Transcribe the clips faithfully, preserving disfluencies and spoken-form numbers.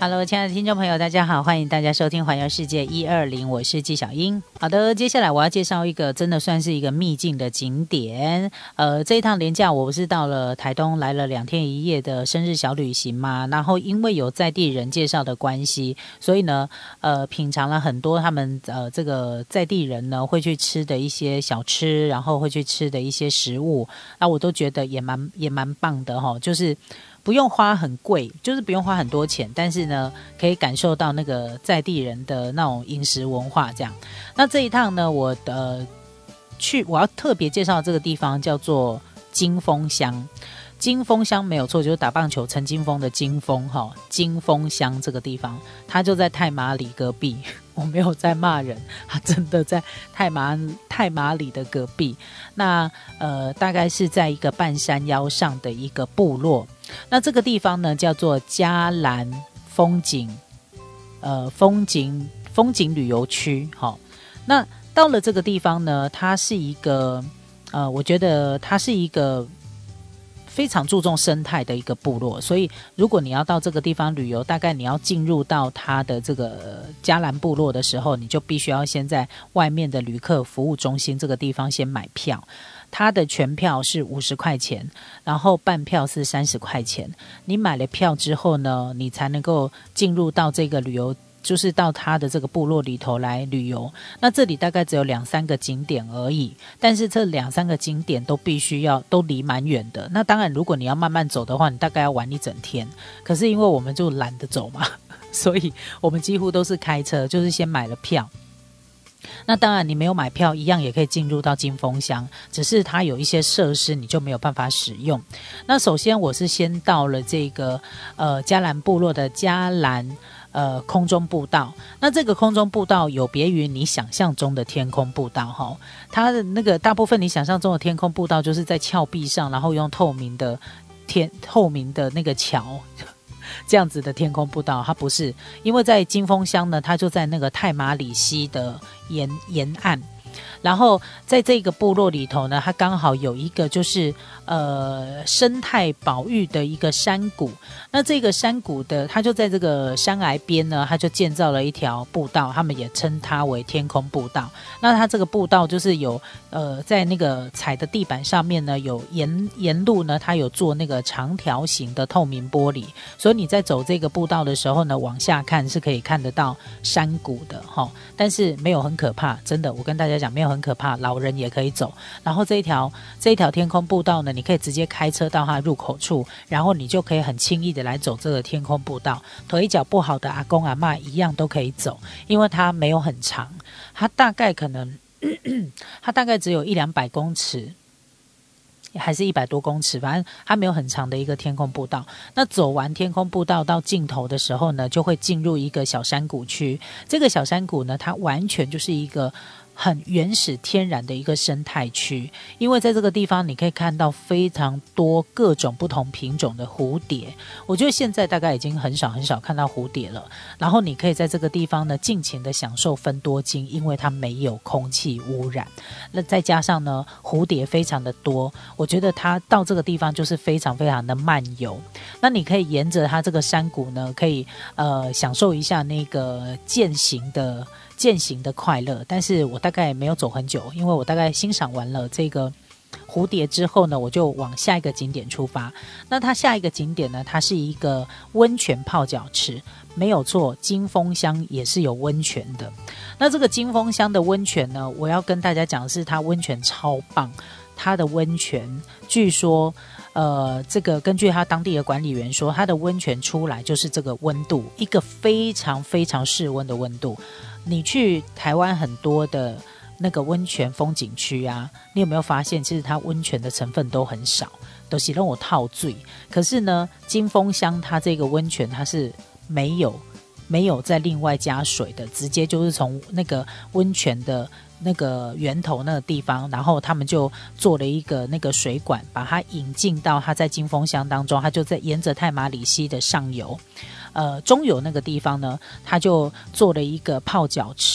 Hello， 亲爱的听众朋友，大家好，欢迎大家收听环游世界一二零，我是纪晓英。好的，接下来我要介绍一个真的算是一个秘境的景点。呃，这一趟连假我不是到了台东来了两天一夜的生日小旅行嘛，然后因为有在地人介绍的关系，所以呢，呃，品尝了很多他们呃这个在地人呢会去吃的一些小吃，然后会去吃的一些食物，那我都觉得也蛮也蛮棒的哈，就是不用花很贵，就是不用花很多钱，但是呢，可以感受到那个在地人的那种饮食文化这样。那这一趟呢，我呃去我要特别介绍这个地方叫做金峰乡。金峰乡没有错，就是打棒球陈金峰的金峰哈，金峰乡这个地方，它就在太麻里隔壁。我没有在骂人，它真的在太麻太麻里的隔壁。那呃，大概是在一个半山腰上的一个部落。那这个地方呢，叫做嘉兰风景呃风景风景旅游区。好，那到了这个地方呢，它是一个呃，我觉得它是一个非常注重生态的一个部落，所以如果你要到这个地方旅游，大概你要进入到它的这个嘉兰部落的时候，你就必须要先在外面的旅客服务中心这个地方先买票。它的全票是五十块钱，然后半票是三十块钱。你买了票之后呢，你才能够进入到这个旅游，就是到他的这个部落里头来旅游。那这里大概只有两三个景点而已，但是这两三个景点都必须要都离蛮远的。那当然如果你要慢慢走的话，你大概要玩一整天，可是因为我们就懒得走嘛，所以我们几乎都是开车，就是先买了票。那当然你没有买票一样也可以进入到金峰乡，只是它有一些设施你就没有办法使用。那首先我是先到了这个呃嘉兰部落的嘉兰呃空中步道。那这个空中步道有别于你想象中的天空步道齁，它的那个大部分你想象中的天空步道就是在峭壁上，然后用透明的天透明的那个桥这样子的天空步道，它不是，因为在金峰乡呢，它就在那个太麻里溪的沿沿岸，然后在这个部落里头呢，它刚好有一个就是呃生态保育的一个山谷。那这个山谷的，它就在这个山崖边呢，它就建造了一条步道，他们也称它为天空步道。那它这个步道就是有呃在那个踩的地板上面呢，有沿沿路呢，它有做那个长条形的透明玻璃，所以你在走这个步道的时候呢，往下看是可以看得到山谷的齁，但是没有很可怕，真的，我跟大家讲没有很可怕，老人也可以走。然后这一条这一条天空步道呢，你可以直接开车到它入口处，然后你就可以很轻易的来走这个天空步道，腿脚不好的阿公阿嬷一样都可以走，因为它没有很长，它大概可能咳咳它大概只有一两百公尺，还是一百多公尺，反正它没有很长的一个天空步道。那走完天空步道到尽头的时候呢，就会进入一个小山谷区。这个小山谷呢，它完全就是一个很原始天然的一个生态区，因为在这个地方你可以看到非常多各种不同品种的蝴蝶，我觉得现在大概已经很少很少看到蝴蝶了。然后你可以在这个地方呢尽情的享受芬多精，因为它没有空气污染。那再加上呢蝴蝶非常的多，我觉得它到这个地方就是非常非常的漫游。那你可以沿着它这个山谷呢，可以呃享受一下那个健行的健行的快乐，但是我大概没有走很久，因为我大概欣赏完了这个蝴蝶之后呢，我就往下一个景点出发。那它下一个景点呢，它是一个温泉泡脚池，没有错，金峰乡也是有温泉的。那这个金峰乡的温泉呢，我要跟大家讲的是它温泉超棒，它的温泉据说呃，这个根据他当地的管理员说，他的温泉出来就是这个温度，一个非常非常室温的温度。你去台湾很多的那个温泉风景区啊，你有没有发现其实它温泉的成分都很少，都是让我套醉。可是呢金峰乡它这个温泉它是没有没有再另外加水的，直接就是从那个温泉的那个源头那个地方，然后他们就做了一个那个水管，把它引进到它在金峰乡当中，它就在沿着太麻里溪的上游呃中游那个地方呢，它就做了一个泡脚池。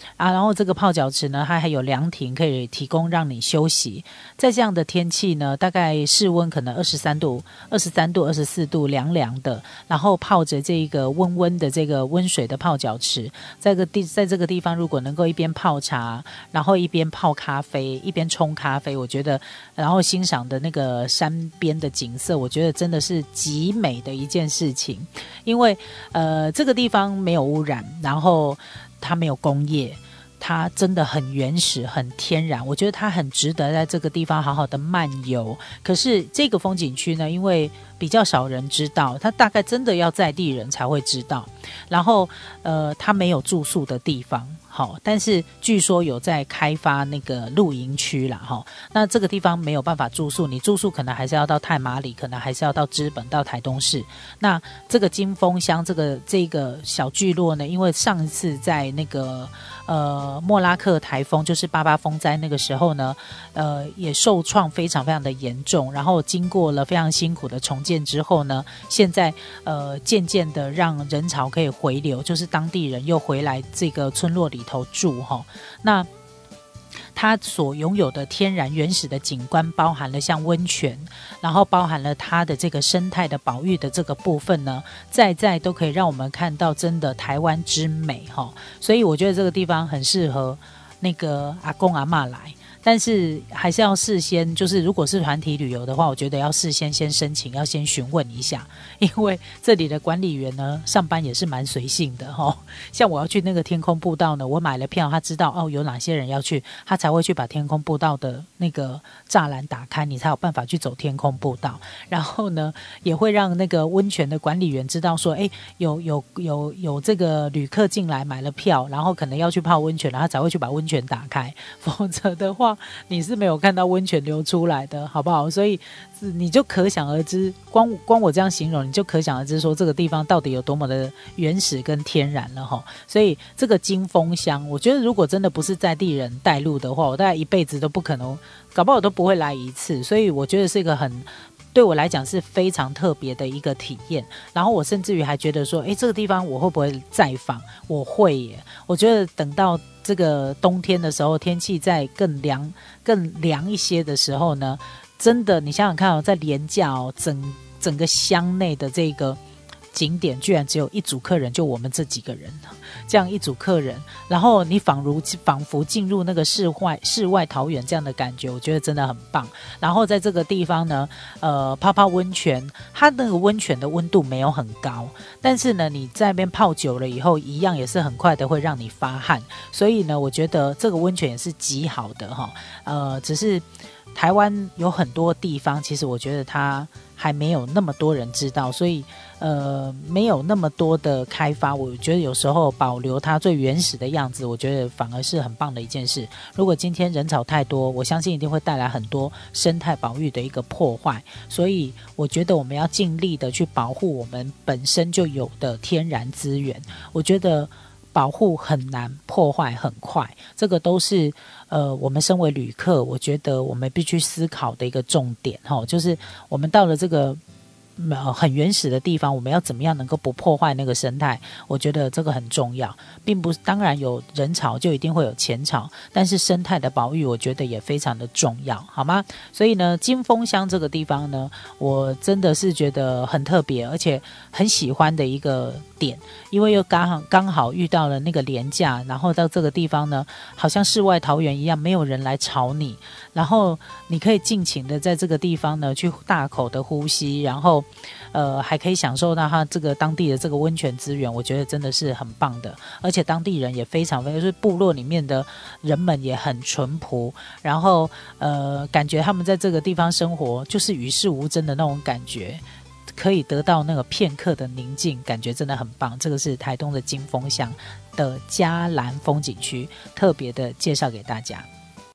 啊，然后这个泡脚池呢，它还有凉亭可以提供让你休息。在这样的天气呢，大概室温可能二十三度、二十三度、二十四度，凉凉的，然后泡着这个温温的这个温水的泡脚池，在个地在这个地方，如果能够一边泡茶，然后一边泡咖啡，一边冲咖啡，我觉得，然后欣赏的那个山边的景色，我觉得真的是极美的一件事情。因为呃，这个地方没有污染，然后它没有工业。它真的很原始很天然，我觉得它很值得在这个地方好好的漫游。可是这个风景区呢，因为比较少人知道，它大概真的要在地人才会知道。然后呃，它没有住宿的地方，好，但是据说有在开发那个露营区啦，哈。那这个地方没有办法住宿，你住宿可能还是要到太麻里，可能还是要到知本，到台东市。那这个金峰乡这个这个小聚落呢，因为上一次在那个呃莫拉克台风，就是八八风灾那个时候呢，呃也受创非常非常的严重，然后经过了非常辛苦的重建之后呢，现在呃渐渐的让人潮可以回流，就是当地人又回来这个村落里头住哈。那它所拥有的天然原始的景观，包含了像温泉，然后包含了它的这个生态的保育的这个部分呢，在在都可以让我们看到真的台湾之美哈。所以我觉得这个地方很适合那个阿公阿嬷来。但是还是要事先，就是如果是团体旅游的话，我觉得要事先先申请，要先询问一下，因为这里的管理员呢上班也是蛮随性的齁。像我要去那个天空步道呢，我买了票，他知道哦有哪些人要去，他才会去把天空步道的那个栅栏打开，你才有办法去走天空步道。然后呢，也会让那个温泉的管理员知道说，哎，有有有有这个旅客进来买了票，然后可能要去泡温泉，然后才会去把温泉打开，否则的话你是没有看到温泉流出来的，好不好？所以你就可想而知，光光我这样形容，你就可想而知说这个地方到底有多么的原始跟天然了齁。所以这个金峰乡，我觉得如果真的不是在地人带路的话，我大概一辈子都不可能，搞不好我都不会来一次。所以我觉得是一个很，对我来讲是非常特别的一个体验。然后我甚至于还觉得说，诶，这个地方我会不会再访？我会耶。我觉得等到这个冬天的时候，天气再更凉更凉一些的时候呢，真的你想想看哦，在连假哦，整整个乡内的这个景点居然只有一组客人，就我们这几个人，这样一组客人，然后你仿如仿佛进入那个世外世外桃源这样的感觉，我觉得真的很棒。然后在这个地方呢，呃，泡泡温泉，它那个温泉的温度没有很高，但是呢，你在那边泡久了以后，一样也是很快的会让你发汗，所以呢，我觉得这个温泉也是极好的哈。呃，只是台湾有很多地方，其实我觉得它还没有那么多人知道，所以呃没有那么多的开发。我觉得有时候保留它最原始的样子，我觉得反而是很棒的一件事。如果今天人潮太多，我相信一定会带来很多生态保育的一个破坏。所以我觉得我们要尽力的去保护我们本身就有的天然资源。我觉得保护很难，破坏很快，这个都是呃我们身为旅客，我觉得我们必须思考的一个重点齁，就是我们到了这个呃很原始的地方，我们要怎么样能够不破坏那个生态？我觉得这个很重要，并不是当然有人潮就一定会有钱潮，但是生态的保育我觉得也非常的重要，好吗？所以呢，金峰乡这个地方呢，我真的是觉得很特别，而且很喜欢的一个点，因为又刚好刚好遇到了那个连假，然后到这个地方呢，好像世外桃源一样，没有人来吵你，然后你可以尽情的在这个地方呢去大口的呼吸，然后呃还可以享受到它这个当地的这个温泉资源，我觉得真的是很棒的。而且当地人也非常非常，就是部落里面的人们也很淳朴，然后呃感觉他们在这个地方生活就是与世无争的那种感觉，可以得到那个片刻的宁静，感觉真的很棒。这个是台东的金峰乡的嘉兰风景区，特别的介绍给大家。